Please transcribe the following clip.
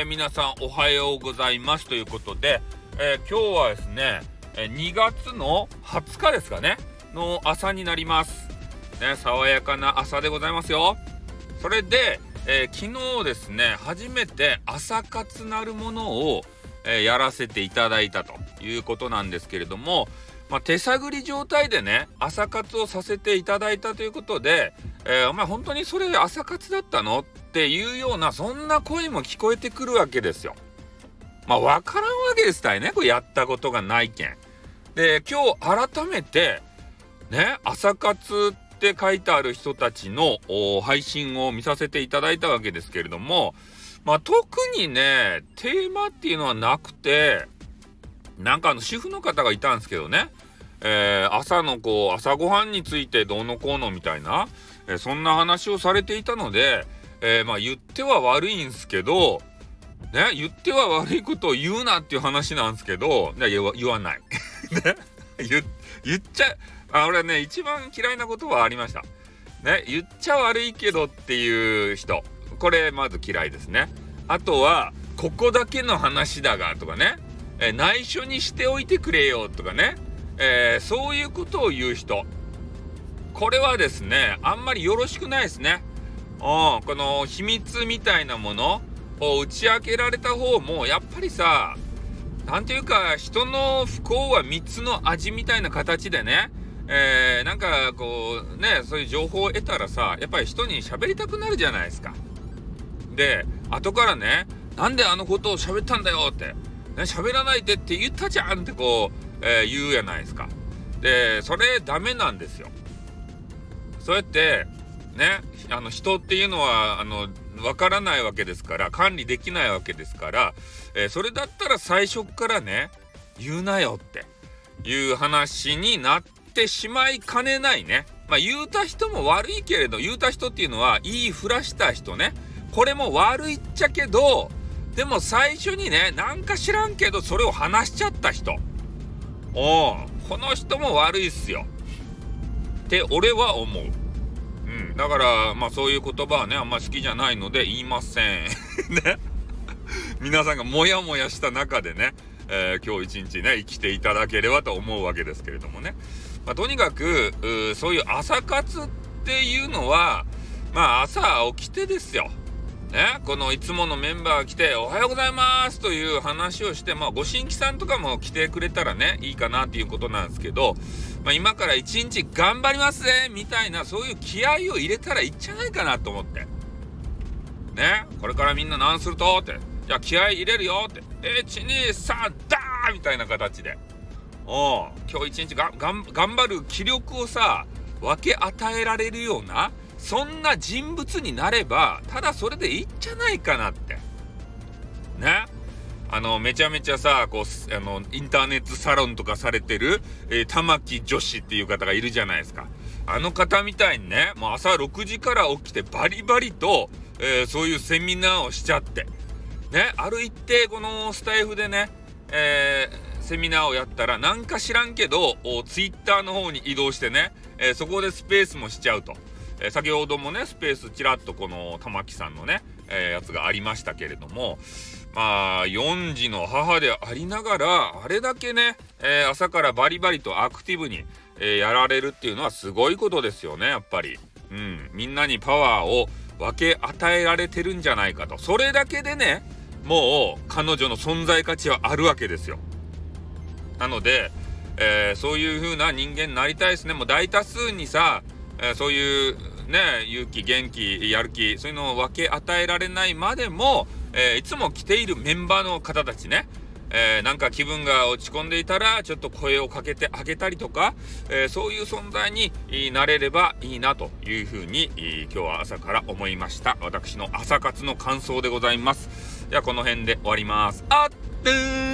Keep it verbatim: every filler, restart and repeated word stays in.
皆さんおはようございますということで、えー、今日はですねにがつのはつかですかねの朝になりますね。爽やかな朝でございますよ。それで、えー、昨日ですね初めて朝活なるものを、えー、やらせていただいたということなんですけれども、まあ、手探り状態でね朝活をさせていただいたということで、えー、お前本当にそれ朝活だったのっていうようなそんな声も聞こえてくるわけですよ。まあ分からんわけですたいね、これやったことがないけん。で今日改めてね朝活って書いてある人たちの配信を見させていただいたわけですけれども、まあ特にねテーマっていうのはなくて、なんかあの主婦の方がいたんですけどね、えー、朝のこう朝ごはんについてどうのこうのみたいな、えー、そんな話をされていたので、えー、まあ言っては悪いんすけどね、言っては悪いことを言うなっていう話なんですけど、言わ、言わないね、言, 言っちゃあ俺ね一番嫌いなことはありましたね。言っちゃ悪いけどっていう人、これまず嫌いですね。あとはここだけの話だがとかね、えー、内緒にしておいてくれよとかね、えー、そういうことを言う人、これはですねあんまりよろしくないですね。うん、この秘密みたいなものを打ち明けられた方もやっぱりさ、なんていうか人の不幸は蜜の味みたいな形でね、えー、なんかこうねそういう情報を得たらさ、やっぱり人に喋りたくなるじゃないですか。で後からね、なんであのことを喋ったんだよって、ね、喋らないでって言ったじゃんってこう、えー、言うやないですか。でそれダメなんですよ。そうやってね、あの人っていうのはあのわからないわけですから、管理できないわけですから、えー、それだったら最初からね言うなよっていう話になってしまいかねないね。まあ言うた人も悪いけれど、言うた人っていうのは言いふらした人ね、これも悪いっちゃけど、でも最初にねなんか知らんけどそれを話しちゃった人、おーこの人も悪いっすよって俺は思う。うん、だからまあそういう言葉はねあんまり好きじゃないので言いませんね。皆さんがモヤモヤした中でね、えー、今日一日ね生きていただければと思うわけですけれどもね、まあ、とにかくそういう朝活っていうのはまあ朝起きてですよね、このいつものメンバーが来ておはようございますという話をして、まあご新規さんとかも来てくれたらねいいかなっていうことなんですけど、まあ、今から一日頑張りますねみたいなそういう気合を入れたらいいんじゃないかなと思ってね。これからみんな何するとって、じゃあ気合入れるよって、いちにさんダーみたいな形で、お今日一日ががん頑張る気力をさ分け与えられるようなそんな人物になればただそれでいいんじゃないかなってね。あのめちゃめちゃさこうあのインターネットサロンとかされてる、えー、玉木女子っていう方がいるじゃないですか。あの方みたいにねもう朝ろくじから起きてバリバリと、えー、そういうセミナーをしちゃってね、ある一定このスタイフでね、えー、セミナーをやったらなんか知らんけどツイッターの方に移動してね、えー、そこでスペースもしちゃうと、えー、先ほどもねスペースちらっとこの玉木さんのね、えー、やつがありましたけれども、まあよんじの母でありながらあれだけね、えー、朝からバリバリとアクティブに、えー、やられるっていうのはすごいことですよね。やっぱり、うん、みんなにパワーを分け与えられてるんじゃないかと。それだけでねもう彼女の存在価値はあるわけですよ。なので、えー、そういう風な人間になりたいですね。もう大多数にさ、えー、そういうね勇気元気やる気そういうのを分け与えられないまでも、えー、いつも来ているメンバーの方たちね、えー、なんか気分が落ち込んでいたらちょっと声をかけてあげたりとか、えー、そういう存在になれればいいなというふうに今日は朝から思いました。私の朝活の感想でございます。ではこの辺で終わります。あっ